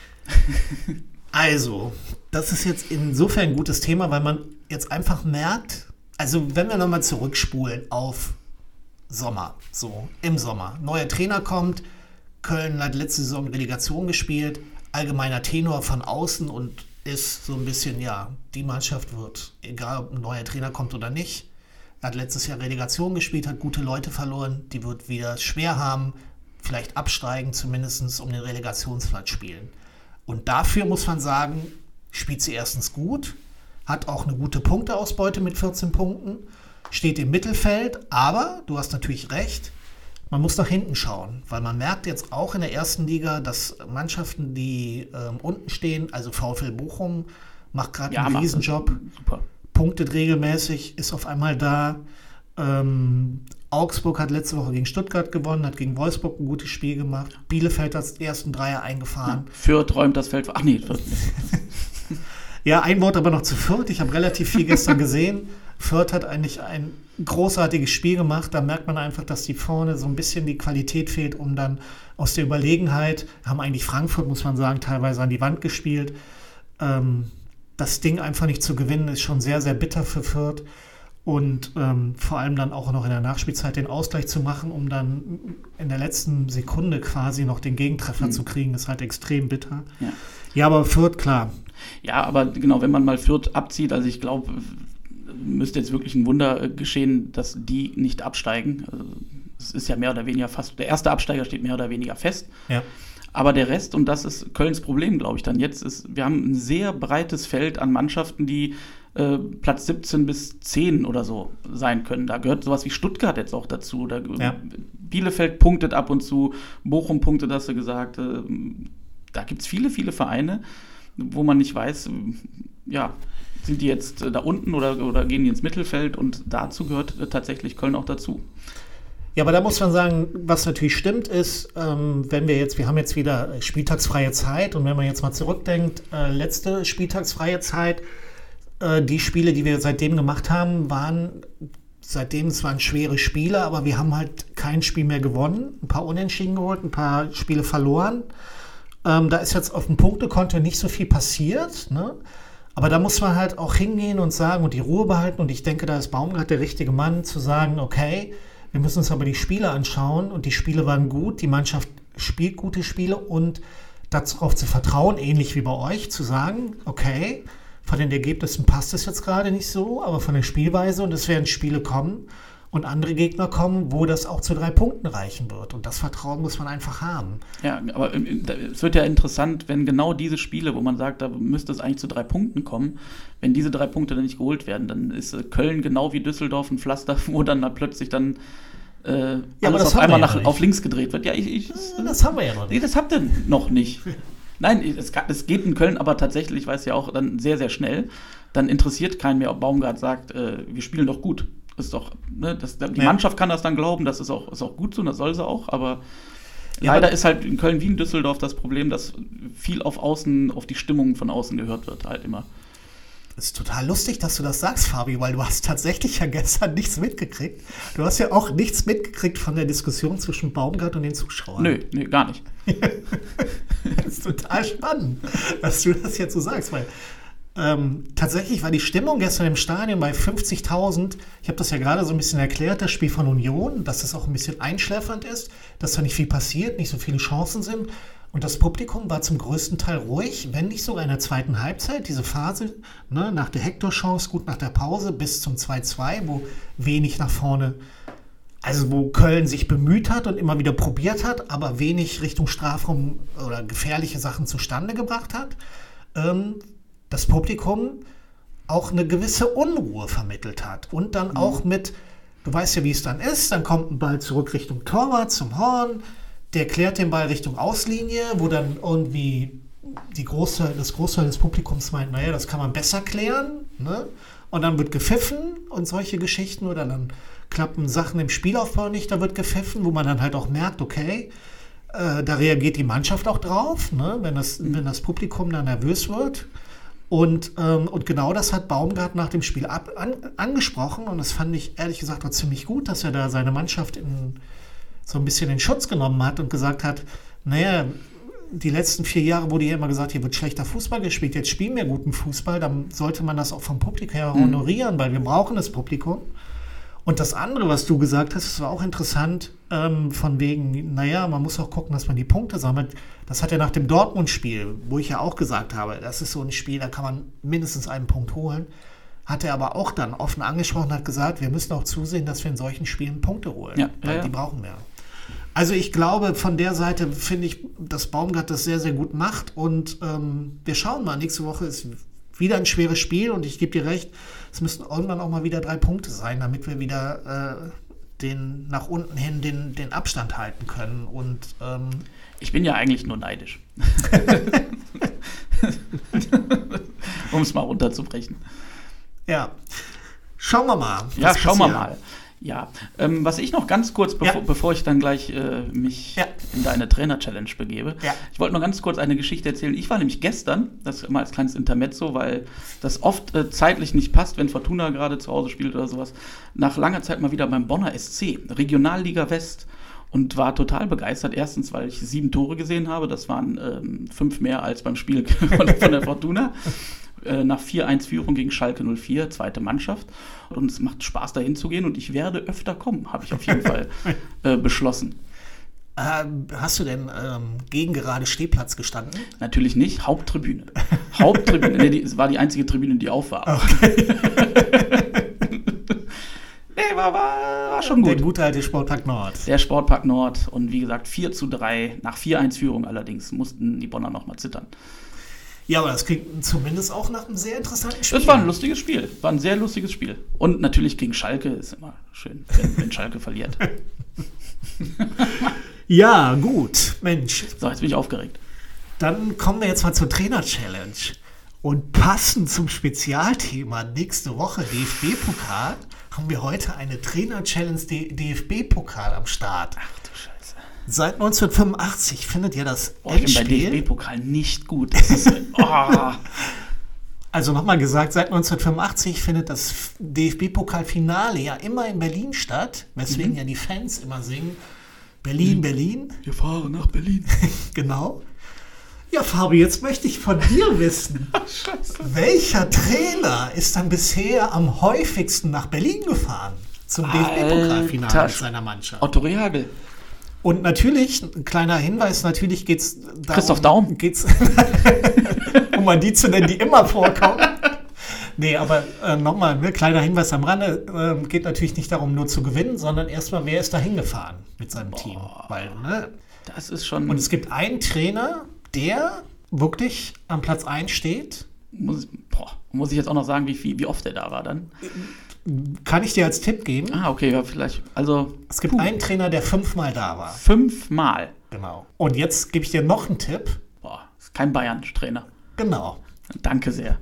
Also, das ist jetzt insofern ein gutes Thema, weil man jetzt einfach merkt, also wenn wir nochmal zurückspulen auf Sommer, so im Sommer, neuer Trainer kommt, Köln hat letzte Saison Relegation gespielt, allgemeiner Tenor von außen und ist so ein bisschen, die Mannschaft wird, egal ob ein neuer Trainer kommt oder nicht, hat letztes Jahr Relegation gespielt, hat gute Leute verloren, die wird wieder schwer haben, vielleicht absteigen, zumindest um den Relegationsplatz spielen. Und dafür muss man sagen, spielt sie erstens gut, hat auch eine gute Punkteausbeute mit 14 Punkten, steht im Mittelfeld, aber du hast natürlich recht, man muss nach hinten schauen, weil man merkt jetzt auch in der ersten Liga, dass Mannschaften, die unten stehen, also VfL Bochum, macht gerade einen Riesenjob, super. Punktet regelmäßig, ist auf einmal da. Augsburg hat letzte Woche gegen Stuttgart gewonnen, hat gegen Wolfsburg ein gutes Spiel gemacht. Bielefeld hat den ersten Dreier eingefahren. Ja, Fürth räumt das Feld. Ach nee, Fürth. Ja, ein Wort aber noch zu Fürth. Ich habe relativ viel gestern gesehen. Fürth hat eigentlich ein großartiges Spiel gemacht. Da merkt man einfach, dass die vorne so ein bisschen die Qualität fehlt, um dann aus der Überlegenheit, haben eigentlich Frankfurt, muss man sagen, teilweise an die Wand gespielt. Das Ding einfach nicht zu gewinnen, ist schon sehr, sehr bitter für Fürth. Und vor allem dann auch noch in der Nachspielzeit den Ausgleich zu machen, um dann in der letzten Sekunde quasi noch den Gegentreffer zu kriegen, ist halt extrem bitter. Ja, aber Fürth, klar. Ja, aber genau, wenn man mal Fürth abzieht, also ich glaube, müsste jetzt wirklich ein Wunder geschehen, dass die nicht absteigen. Also, es ist ja mehr oder weniger fast, der erste Absteiger steht mehr oder weniger fest. Ja. Aber der Rest, und das ist Kölns Problem, glaube ich, dann jetzt ist, wir haben ein sehr breites Feld an Mannschaften, die Platz 17 bis 10 oder so sein können. Da gehört sowas wie Stuttgart jetzt auch dazu. Bielefeld punktet ab und zu, Bochum punktet, hast du gesagt. Da gibt es viele, viele Vereine, wo man nicht weiß, sind die jetzt da unten oder gehen die ins Mittelfeld, und dazu gehört tatsächlich Köln auch dazu. Ja, aber da muss man sagen, was natürlich stimmt ist, wenn wir haben jetzt wieder spieltagsfreie Zeit, und wenn man jetzt mal zurückdenkt, letzte spieltagsfreie Zeit, die Spiele, die wir seitdem gemacht haben, es waren schwere Spiele, aber wir haben halt kein Spiel mehr gewonnen, ein paar Unentschieden geholt, ein paar Spiele verloren. Da ist jetzt auf dem Punktekonto nicht so viel passiert, ne? Aber da muss man halt auch hingehen und sagen und die Ruhe behalten, und ich denke, da ist Baumgart der richtige Mann, zu sagen, okay, wir müssen uns aber die Spiele anschauen, und die Spiele waren gut, die Mannschaft spielt gute Spiele, und darauf zu vertrauen, ähnlich wie bei euch, zu sagen, okay, von den Ergebnissen passt es jetzt gerade nicht so, aber von der Spielweise, und es werden Spiele kommen und andere Gegner kommen, wo das auch zu 3 Punkten reichen wird. Und das Vertrauen muss man einfach haben. Ja, aber es wird ja interessant, wenn genau diese Spiele, wo man sagt, da müsste es eigentlich zu 3 Punkten kommen, wenn diese 3 Punkte dann nicht geholt werden, dann ist Köln genau wie Düsseldorf ein Pflaster, wo dann plötzlich dann alles auf einmal auf links gedreht wird. Ja, das haben wir ja noch nicht. Nee, das habt ihr noch nicht. Nein, es geht in Köln aber tatsächlich, ich weiß ja auch, dann sehr, sehr schnell. Dann interessiert keinen mehr, ob Baumgart sagt, wir spielen doch gut. Ist doch, ne, die Mannschaft kann das dann glauben, das ist auch gut so, und das soll sie auch, aber leider ist halt in Köln wie in Düsseldorf das Problem, dass viel auf die Stimmung von außen gehört wird, halt immer. Das ist total lustig, dass du das sagst, Fabi, weil du hast tatsächlich ja gestern nichts mitgekriegt. Du hast ja auch nichts mitgekriegt von der Diskussion zwischen Baumgart und den Zuschauern. Nö, gar nicht. Das ist total spannend, dass du das jetzt so sagst, weil tatsächlich war die Stimmung gestern im Stadion bei 50.000. Ich habe das ja gerade so ein bisschen erklärt, das Spiel von Union, dass das auch ein bisschen einschläfernd ist, dass da nicht viel passiert, nicht so viele Chancen sind. Und das Publikum war zum größten Teil ruhig, wenn nicht sogar in der zweiten Halbzeit. Diese Phase, ne, nach der Hector-Chance, gut nach der Pause bis zum 2-2, wo wenig nach vorne, also wo Köln sich bemüht hat und immer wieder probiert hat, aber wenig Richtung Strafraum oder gefährliche Sachen zustande gebracht hat. Das Publikum auch eine gewisse Unruhe vermittelt hat. Und dann auch mit, du weißt ja, wie es dann ist, dann kommt ein Ball zurück Richtung Torwart zum Horn, der klärt den Ball Richtung Auslinie, wo dann irgendwie das Großteil des Publikums meint, naja, das kann man besser klären, ne? Und dann wird gepfiffen und solche Geschichten, oder dann klappen Sachen im Spielaufbau nicht, da wird gepfiffen, wo man dann halt auch merkt, okay, da reagiert die Mannschaft auch drauf, ne? Wenn das Publikum dann nervös wird. Und genau das hat Baumgart nach dem Spiel angesprochen, und das fand ich ehrlich gesagt auch ziemlich gut, dass er da seine Mannschaft so ein bisschen in Schutz genommen hat und gesagt hat, naja, die letzten 4 Jahre wurde hier immer gesagt, hier wird schlechter Fußball gespielt, jetzt spielen wir guten Fußball, dann sollte man das auch vom Publikum her honorieren, weil wir brauchen das Publikum. Und das andere, was du gesagt hast, das war auch interessant, von wegen, naja, man muss auch gucken, dass man die Punkte sammelt. Das hat er nach dem Dortmund-Spiel, wo ich ja auch gesagt habe, das ist so ein Spiel, da kann man mindestens einen Punkt holen, hat er aber auch dann offen angesprochen, hat gesagt, wir müssen auch zusehen, dass wir in solchen Spielen Punkte holen, weil die brauchen wir. Also ich glaube, von der Seite finde ich, dass Baumgart das sehr, sehr gut macht, und wir schauen mal, nächste Woche ist wieder ein schweres Spiel und ich gebe dir recht, es müssten irgendwann auch mal wieder 3 Punkte sein, damit wir wieder nach unten hin den Abstand halten können. Und ich bin ja eigentlich nur neidisch. Um es mal runterzubrechen. Ja, schauen wir mal. Ja, schauen wir mal. Ja, was ich noch ganz kurz, bevor ich dann gleich mich in deine Trainer-Challenge begebe, ich wollte noch ganz kurz eine Geschichte erzählen. Ich war nämlich gestern, das immer als kleines Intermezzo, weil das oft zeitlich nicht passt, wenn Fortuna gerade zu Hause spielt oder sowas, nach langer Zeit mal wieder beim Bonner SC, Regionalliga West, und war total begeistert. Erstens, weil ich 7 Tore gesehen habe, das waren 5 mehr als beim Spiel von der Fortuna. Nach 4-1-Führung gegen Schalke 04, zweite Mannschaft. Und es macht Spaß, da hinzugehen und ich werde öfter kommen, habe ich auf jeden Fall beschlossen. Hast du denn gegen gerade Stehplatz gestanden? Natürlich nicht, Haupttribüne. Haupttribüne, es war die einzige Tribüne, die auf war. Okay. Nee, war schon gut. Der gute alte Sportpark Nord. Der Sportpark Nord und wie gesagt 4-3, nach 4-1-Führung allerdings, mussten die Bonner noch mal zittern. Ja, aber das klingt zumindest auch nach einem sehr interessanten Spiel. Es war ein lustiges Spiel. War ein sehr lustiges Spiel. Und natürlich gegen Schalke ist immer schön, wenn Schalke verliert. Ja, gut. Mensch. So, jetzt bin ich aufgeregt. Dann kommen wir jetzt mal zur Trainer-Challenge. Und passend zum Spezialthema nächste Woche DFB-Pokal haben wir heute eine Trainer-Challenge DFB-Pokal am Start. Ach du Scheiße. Seit 1985 findet ja das Ich bin bei DFB-Pokal nicht gut. Das ist, Also nochmal gesagt, seit 1985 findet das DFB-Pokal-Finale ja immer in Berlin statt, weswegen ja die Fans immer singen, Berlin, Berlin. Wir fahren nach Berlin. Genau. Ja, Fabi, jetzt möchte ich von dir wissen, welcher Trainer ist dann bisher am häufigsten nach Berlin gefahren zum DFB-Pokalfinale mit seiner Mannschaft? Otto Rehhagel. Und natürlich, ein kleiner Hinweis, natürlich geht es darum, Christoph Daum. um an die zu nennen, die immer vorkommen. Nee, aber nochmal, ne, kleiner Hinweis am Rande, geht natürlich nicht darum, nur zu gewinnen, sondern erstmal, wer ist da hingefahren mit seinem Team. Weil, ne, das ist schon... Und es gibt einen Trainer, der wirklich am Platz 1 steht. Muss ich jetzt auch noch sagen, wie oft er da war dann? Kann ich dir als Tipp geben? Ah, okay, ja, vielleicht. Also, es gibt einen Trainer, der 5-mal da war. 5-mal? Genau. Und jetzt gebe ich dir noch einen Tipp. Ist kein Bayern-Trainer. Genau. Danke sehr.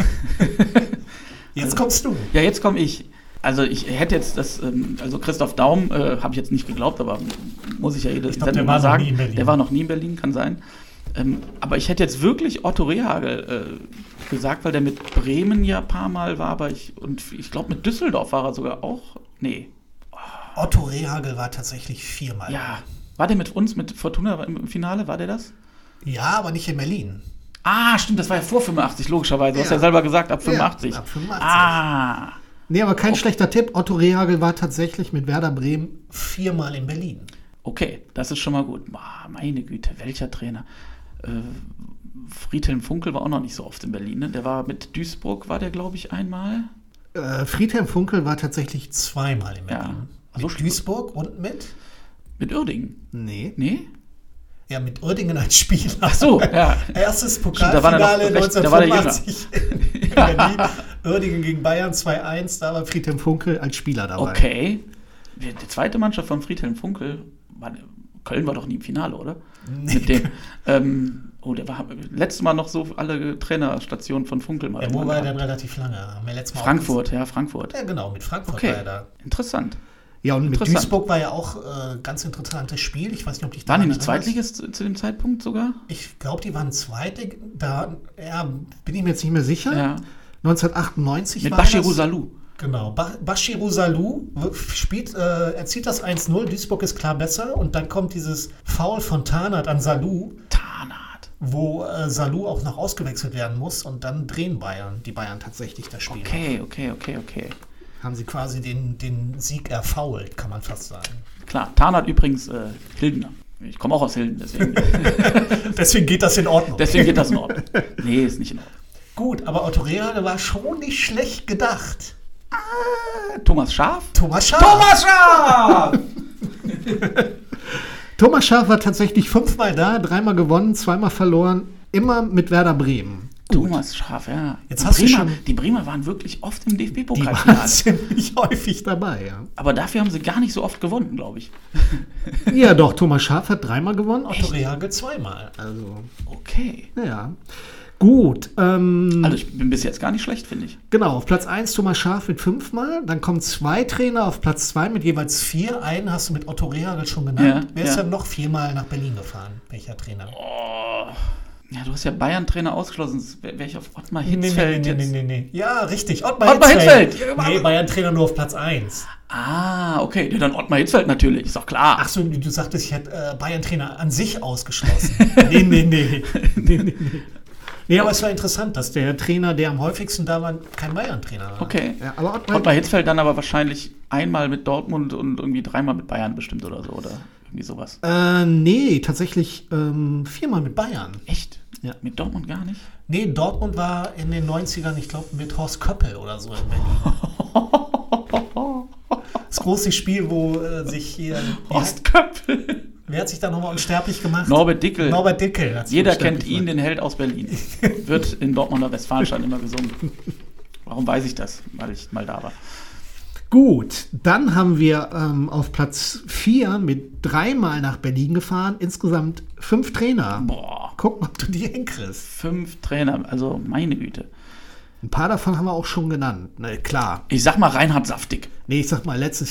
Jetzt kommst du. Ja, jetzt komme ich. Also ich hätte jetzt also Christoph Daum habe ich jetzt nicht geglaubt, aber muss ich ja jede Sendung mal sagen. Der war noch nie in Berlin, kann sein. Aber ich hätte jetzt wirklich Otto Rehhagel gesagt, weil der mit Bremen ja ein paar Mal war, aber ich glaube mit Düsseldorf war er sogar auch. Nee. Otto Rehhagel war tatsächlich 4-mal. Ja. War der mit uns, mit Fortuna im Finale, war der das? Ja, aber nicht in Berlin. Ah, stimmt, das war ja vor 85, logischerweise. Du hast ja selber gesagt, ab 85. Ja, ab 85. Ah. Nee, aber kein schlechter Tipp. Otto Rehhagel war tatsächlich mit Werder Bremen 4-mal in Berlin. Okay, das ist schon mal gut. Meine Güte, welcher Trainer? Friedhelm Funkel war auch noch nicht so oft in Berlin. Ne? Der war mit Duisburg, war der, glaube ich, einmal. Friedhelm Funkel war tatsächlich 2-mal in Berlin. Ja. Mit Duisburg und mit? Mit Uerdingen. Nee? Ja, mit Uerdingen als Spieler. Ach so, ja. Erstes Pokalfinale 1985 in Berlin. Uerdingen gegen Bayern 2-1, da war Friedhelm Funkel als Spieler dabei. Okay. Die zweite Mannschaft von Friedhelm Funkel, Köln war doch nie im Finale, oder? Nee. Mit dem, der war letztes Mal noch so alle Trainerstationen von Funkel mal. Ja, wo war er denn relativ lange? Haben wir letztes Mal Frankfurt. Ja, genau, mit Frankfurt war er da. Interessant. Ja, und mit Duisburg war ja auch ganz interessantes Spiel. Ich weiß nicht, ob dich waren die nicht Zweitligist zu dem Zeitpunkt sogar? Ich glaube, die waren Zweite. Da bin ich mir jetzt nicht mehr sicher. Ja. 1998 mit war Bashirou Salou. Genau, Bashirou Salou erzielt das 1-0. Duisburg ist klar besser. Und dann kommt dieses Foul von Tarnath an Salou. Wo Salou auch noch ausgewechselt werden muss. Und dann drehen die Bayern tatsächlich das Spiel. Okay. Haben sie quasi den Sieg erfault, kann man fast sagen. Klar, Tarnath übrigens Hildener. Ich komme auch aus Hilden, deswegen. Deswegen geht das in Ordnung. Nee, ist nicht in Ordnung. Gut, aber Otto Rehhagel war schon nicht schlecht gedacht. Thomas Schaaf? Thomas Schaaf war tatsächlich 5-mal da, 3-mal gewonnen, 2-mal verloren, immer mit Werder Bremen. Thomas Schaaf, ja. Jetzt hast du schon... Die Bremer waren wirklich oft im Die DFB-Pokalfinale. waren ziemlich häufig dabei, ja. Aber dafür haben sie gar nicht so oft gewonnen, glaube ich. Ja, doch, Thomas Schaaf hat 3-mal gewonnen, Otto Rehhagel 2-mal. Also, Okay. ja. Gut. Also ich bin bis jetzt gar nicht schlecht, finde ich. Genau, auf Platz 1 Thomas Schaaf mit 5-mal. Dann kommen 2 Trainer auf Platz 2 mit jeweils 4. Einen hast du mit Otto Rehhagel schon genannt. Ja, Wer ist ja. dann noch 4-mal nach Berlin gefahren? Welcher Trainer? Oh. Ja, du hast ja Bayern-Trainer ausgeschlossen. Sonst wäre ich auf Ottmar Hitzfeld jetzt. Nee. Ja, richtig. Ottmar Hitzfeld. Nee, Bayern-Trainer nur auf Platz 1. Ah, okay. Ja, dann Ottmar Hitzfeld natürlich. Ist doch klar. Ach so, du sagtest, ich hätte Bayern-Trainer an sich ausgeschlossen. Nee. Nee, aber es war interessant, dass der Trainer, der am häufigsten da war, kein Bayern-Trainer war. Okay. Ja, aber Ottmar Hitzfeld dann aber wahrscheinlich einmal mit Dortmund und irgendwie 3-mal mit Bayern bestimmt oder so. Oder irgendwie sowas. Nee, tatsächlich 4-mal mit Bayern. Echt? Ja. Mit Dortmund gar nicht? Nee, Dortmund war in den 90ern, ich glaube, mit Horst Köppel oder so in Berlin. Das große Spiel, wo sich hier... Horst Köppel. Wer hat sich da nochmal unsterblich gemacht? Norbert Dickel. Norbert Dickel. Hat sich Jeder unsterblich kennt ihn, gemacht. den Held aus Berlin. Wird in Dortmunder Westfalenstein immer gesungen. Warum weiß ich das? Weil ich mal da war. Gut, dann haben wir auf Platz 4 mit 3-mal nach Berlin gefahren. Insgesamt 5 Trainer. Boah, Guck mal, ob du die hinkriegst. 5 Trainer, also meine Güte. Ein paar davon haben wir auch schon genannt. Na klar. Ich sag mal Reinhard Saftig. Nee, ich sag mal, letzte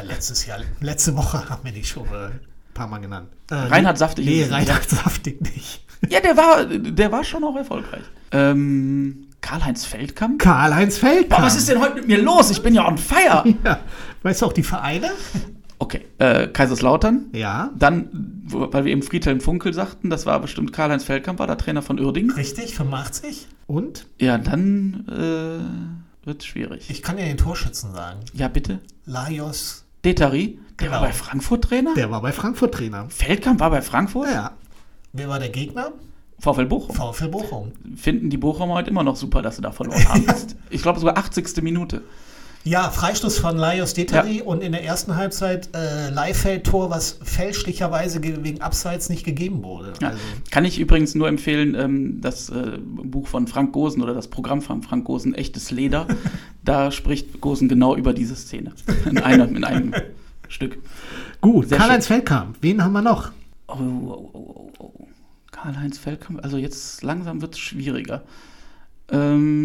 Woche haben wir die schon ein paar Mal genannt. Reinhard Saftig. Nee, ist es, Reinhard Saftig nicht. Ja, der war schon auch erfolgreich. Karl-Heinz Feldkamp? Karl-Heinz Feldkamp. Boah, was ist denn heute mit mir los? Ich bin ja on fire. Ja. Weißt du auch die Vereine? Okay, Kaiserslautern. Ja. Dann, weil wir eben Friedhelm Funkel sagten, das war bestimmt Karl-Heinz Feldkamp, war der Trainer von Uerdingen. Richtig, 85. Und? Ja, dann wird es schwierig. Ich kann dir den Torschützen sagen. Ja, bitte. Lajos. Detari, der Genau. war bei Frankfurt Trainer? Der war bei Frankfurt Trainer. Feldkamp war bei Frankfurt? Ja. Wer war der Gegner? VfL Bochum. VfL Bochum. Finden die Bochumer heute immer noch super, dass sie da verloren haben. Ich glaube sogar 80. Minute. Ja, Freistoß von Lajos Detari und in der ersten Halbzeit Leihfeld-Tor, was fälschlicherweise wegen Abseits nicht gegeben wurde. Ja. Also, Kann ich übrigens nur empfehlen, das Buch von Frank Gosen oder das Programm von Frank Gosen, Echtes Leder. Da spricht Gosen genau über diese Szene. In einem Stück. gut, Sehr Karl-Heinz Feldkamp. Wen haben wir noch? Oh. Karl-Heinz Feldkamp, also jetzt langsam wird es schwieriger. Das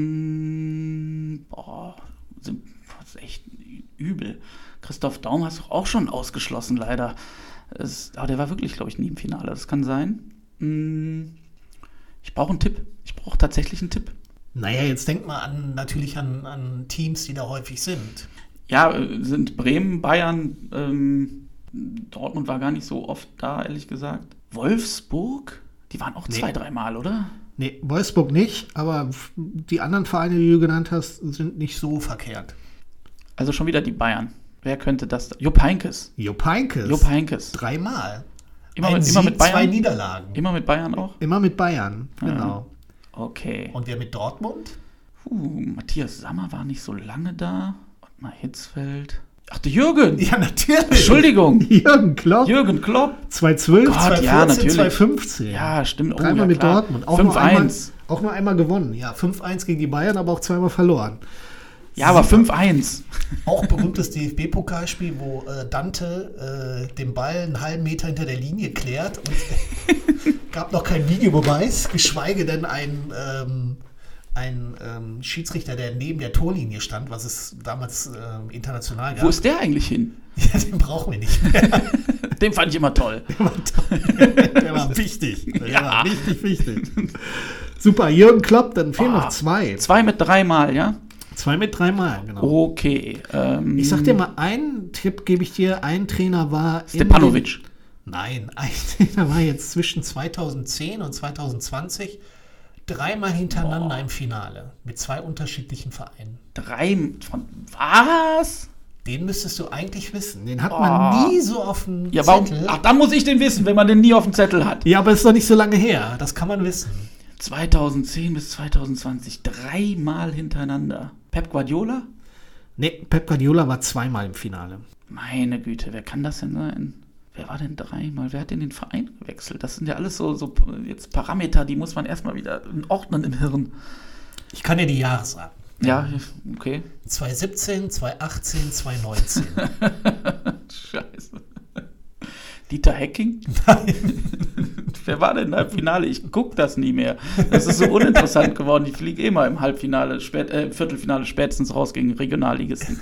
ist echt übel. Christoph Daum hast du auch schon ausgeschlossen, leider. Aber der war wirklich, glaube ich, nie im Finale. Das kann sein. Ich brauche einen Tipp. Ich brauche tatsächlich einen Tipp. Naja, jetzt denk mal natürlich an Teams, die da häufig sind. Ja, sind Bremen, Bayern, Dortmund war gar nicht so oft da, ehrlich gesagt. Wolfsburg? Die waren auch 2-3 Mal, oder? Nee, Wolfsburg nicht, aber die anderen Vereine, die du genannt hast, sind nicht so verkehrt. Also schon wieder die Bayern. Wer könnte das? Jupp Heynckes. Jupp Heynckes. 3-mal. Immer Ein mit Sieg, Bayern? 2 Niederlagen. Immer mit Bayern auch? Immer mit Bayern, genau. Okay. Und wer mit Dortmund? Matthias Sammer war nicht so lange da. Ottmar Hitzfeld. Ach, der Jürgen! Ja, natürlich. Entschuldigung. Jürgen Klopp. Jürgen Klopp. 2012, Gott, 2014, ja, natürlich. 2015. Ja, stimmt. 3-mal mit klar. Dortmund. 5-1. Auch nur einmal gewonnen. Ja, 5-1 gegen die Bayern, aber auch 2-mal verloren. Ja, aber 5-1. Auch berühmtes DFB-Pokalspiel, wo Dante den Ball einen halben Meter hinter der Linie klärt und gab noch keinen Videobeweis, geschweige denn ein Schiedsrichter, der neben der Torlinie stand, was es damals international gab. Wo ist der eigentlich hin? Ja, den brauchen wir nicht mehr. Den fand ich immer toll. Der war wichtig. Der war richtig wichtig. Super, Jürgen Klopp, dann fehlen noch 2. 2 mit 3 Mal, ja? 2 mit 3 Mal, genau. Okay. Ich sag dir mal, einen Tipp gebe ich dir. Ein Trainer war... Stepanovic. Nein, ein Trainer war jetzt zwischen 2010 und 2020 3-mal hintereinander im Finale. Mit 2 unterschiedlichen Vereinen. 3 von... Was? Den müsstest du eigentlich wissen. Den hat man nie so auf dem Ja, warum? Zettel. Ach, dann muss ich den wissen, wenn man den nie auf dem Zettel hat. Ja, aber es ist doch nicht so lange her. Das kann man wissen. 2010 bis 2020. 3-mal hintereinander. Pep Guardiola? Nee, Pep Guardiola war 2-mal im Finale. Meine Güte, wer kann das denn sein? Wer war denn dreimal? Wer hat denn den Verein gewechselt? Das sind ja alles so jetzt Parameter, die muss man erstmal wieder ordnen im Hirn. Ich kann dir die Jahre sagen. Ja, okay. 2017, 2018, 2019. Scheiße. Dieter Hecking? Nein. Wer war denn da im Finale? Ich gucke das nie mehr. Das ist so uninteressant geworden. Ich fliege immer im Halbfinale, Viertelfinale spätestens raus gegen Regionalligisten.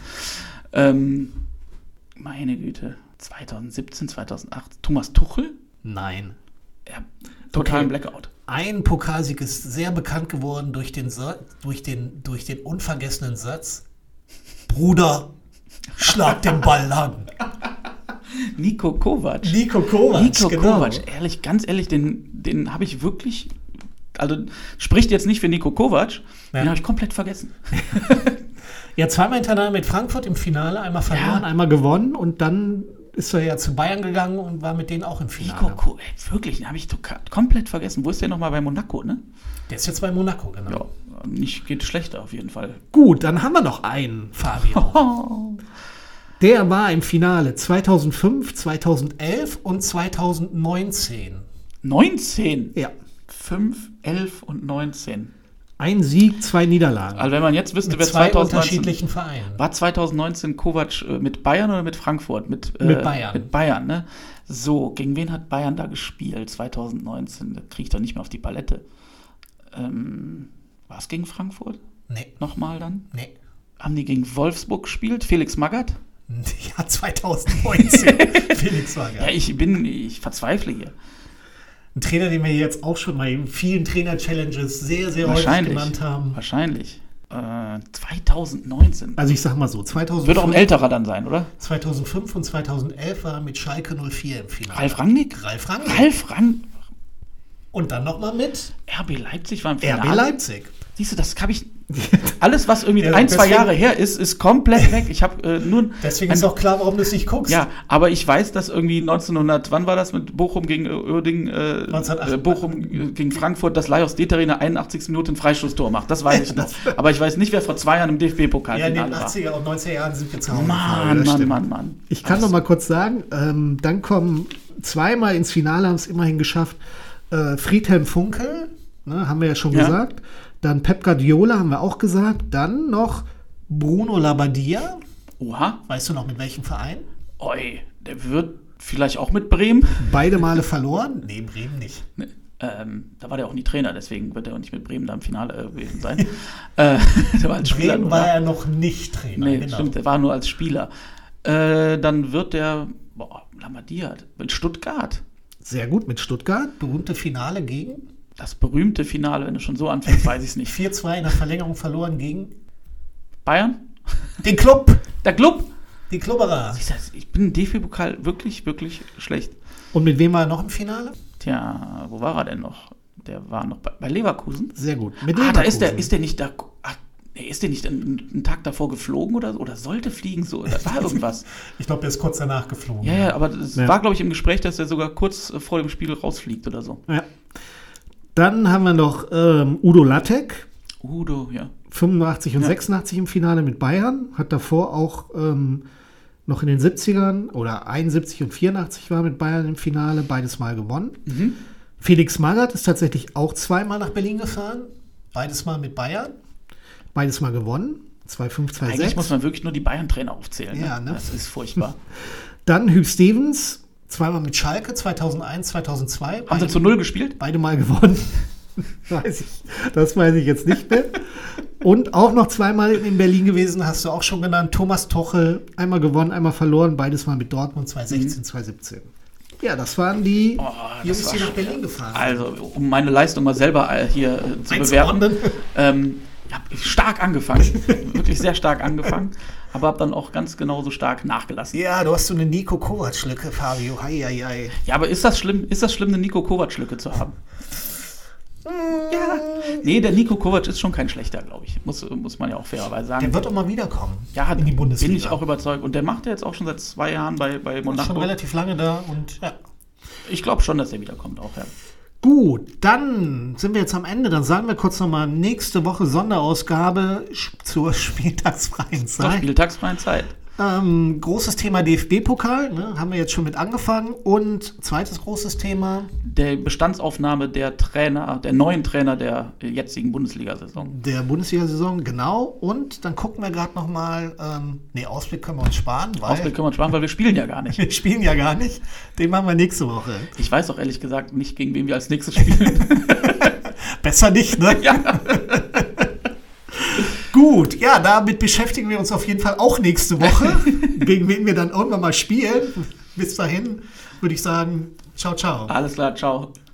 Meine Güte. 2017, 2008. Thomas Tuchel? Nein. Ja, totalen Blackout. Ein Pokalsieg ist sehr bekannt geworden durch den unvergessenen Satz: Bruder, schlag den Ball an. Nico Kovac. Nico Kovac, ehrlich, ganz ehrlich, den habe ich wirklich, also spricht jetzt nicht für Nico Kovac, den habe ich komplett vergessen. Ja, zweimal hintereinander mit Frankfurt im Finale, einmal verloren, einmal gewonnen und dann ist er ja zu Bayern gegangen und war mit denen auch im Finale. Nico Kovac, wirklich, den habe ich komplett vergessen. Wo ist der nochmal bei Monaco, ne? Der ist jetzt bei Monaco, genau. Ja, geht schlechter auf jeden Fall. Gut, dann haben wir noch einen, Fabio. Der war im Finale 2005, 2011 und 2019. 19? Ja. 5, 11 und 19. Ein Sieg, 2 Niederlagen. Also wenn man jetzt wüsste, mit wer 2019 unterschiedlichen Vereinen. War 2019 Kovac mit Bayern oder mit Frankfurt? Mit Bayern. Mit Bayern, ne? So, gegen wen hat Bayern da gespielt 2019? Da kriege ich doch nicht mehr auf die Palette. War es gegen Frankfurt? Nee. Nochmal dann? Nee. Haben die gegen Wolfsburg gespielt? Felix Magath? Ja, 2019. Felix Magath. Ja, ich verzweifle hier. Ein Trainer, den wir jetzt auch schon mal in vielen Trainer-Challenges sehr, sehr häufig genannt haben. Wahrscheinlich. 2019. Also ich sag mal so, 2005. Wird auch ein älterer dann sein, oder? 2005 und 2011 war er mit Schalke 04 im Finale. Ralf Rangnick. Und dann nochmal mit RB Leipzig war im Finale. RB Leipzig. Siehst du, das habe ich. Alles, was irgendwie ja, 2 Jahre her ist komplett weg. Ich habe nur. Deswegen ist auch klar, warum du es nicht guckst. Ja, aber ich weiß, dass irgendwie 1900, wann war das mit Bochum gegen Uerdingen? Bochum gegen Frankfurt, dass Lajos Deterine 81. Minute ein Freistoßtor macht. Das weiß ich noch. Aber ich weiß nicht, wer vor 2 Jahren im DFB-Pokal war. Ja, in den 80er und 90er Jahren sind wir zu Hause. Mann. Ich kann noch mal kurz sagen, dann kommen 2-mal ins Finale, haben es immerhin geschafft, Friedhelm Funkel, ne, haben wir ja schon gesagt. Dann Pep Guardiola haben wir auch gesagt. Dann noch Bruno Labbadia. Oha. Weißt du noch, mit welchem Verein? Oi, der wird vielleicht auch mit Bremen. Beide Male verloren? Nee, Bremen nicht. Nee, da war der auch nie Trainer, deswegen wird er auch nicht mit Bremen da im Finale gewesen sein. Der war als Spieler Bremen war er noch nicht Trainer. Nee, genau. Stimmt, der war nur als Spieler. Dann wird der, Labbadia, mit Stuttgart. Sehr gut, mit Stuttgart. Berühmte Finale gegen? Das berühmte Finale, wenn du schon so anfängst, weiß ich es nicht. 4-2 in der Verlängerung verloren gegen? Bayern? Den Club. Der Club? Die Klubberer. Ich bin im DFB-Pokal wirklich, wirklich schlecht. Und mit wem war er noch im Finale? Tja, wo war er denn noch? Der war noch bei Leverkusen. Sehr gut. Mit Leverkusen. Da ist der nicht da. Ist der nicht einen Tag davor geflogen oder sollte fliegen? So, da war irgendwas. Ich glaube, der ist kurz danach geflogen. Ja, aber es war, glaube ich, im Gespräch, dass er sogar kurz vor dem Spiel rausfliegt oder so. Ja. Dann haben wir noch Udo Lattek. Udo, ja. 85 und 86 im Finale mit Bayern. Hat davor auch noch in den 70ern oder 71 und 84 war mit Bayern im Finale. Beides Mal gewonnen. Mhm. Felix Magath ist tatsächlich auch 2-mal nach Berlin gefahren. Beides Mal mit Bayern. Beides Mal gewonnen. 2-5, 2-6. Eigentlich muss man wirklich nur die Bayern-Trainer aufzählen. Ja, ne? Das ist furchtbar. Dann Hugh Stevens. 2-mal mit Schalke, 2001, 2002. Haben sie zu 0 gespielt? Beide Mal gewonnen. Das weiß ich jetzt nicht mehr. Und auch noch 2-mal in Berlin gewesen, hast du auch schon genannt. Thomas Tuchel, einmal gewonnen, einmal verloren. Beides Mal mit Dortmund, 2016, 2017. Ja, das waren die Jungs, die nach Berlin gefahren sind. Also, um meine Leistung mal selber hier zu bewerten. Ich habe stark angefangen, wirklich sehr stark angefangen, aber habe dann auch ganz genauso stark nachgelassen. Ja, du hast so eine Nico Kovac-Lücke, Fabio. Hei. Ja, aber ist das schlimm, eine Nico Kovac-Lücke zu haben? Ja. Nee, der Nico Kovac ist schon kein schlechter, glaube ich. Muss man ja auch fairerweise sagen. Der wird auch mal wiederkommen. Ja, in die Bundesliga. Bin ich auch überzeugt. Und der macht ja jetzt auch schon seit 2 Jahren bei Monaco. Ist schon relativ lange da und ja. Ich glaube schon, dass der wiederkommt auch, ja. Gut, dann sind wir jetzt am Ende. Dann sagen wir kurz nochmal, nächste Woche Sonderausgabe zur spieltagsfreien Zeit. Zur spieltagsfreien Zeit. Großes Thema DFB-Pokal, ne? Haben wir jetzt schon mit angefangen. Und zweites großes Thema. Der Bestandsaufnahme der neuen Trainer der jetzigen Bundesliga-Saison. Der Bundesliga-Saison, genau. Und dann gucken wir gerade nochmal, Ausblick können wir uns sparen. Weil wir spielen ja gar nicht. Wir spielen ja gar nicht. Den machen wir nächste Woche. Ich weiß auch ehrlich gesagt nicht, gegen wen wir als nächstes spielen. Besser nicht, ne? Ja. Gut, ja, damit beschäftigen wir uns auf jeden Fall auch nächste Woche, gegen wen wir dann irgendwann mal spielen. Bis dahin würde ich sagen, ciao, ciao. Alles klar, ciao.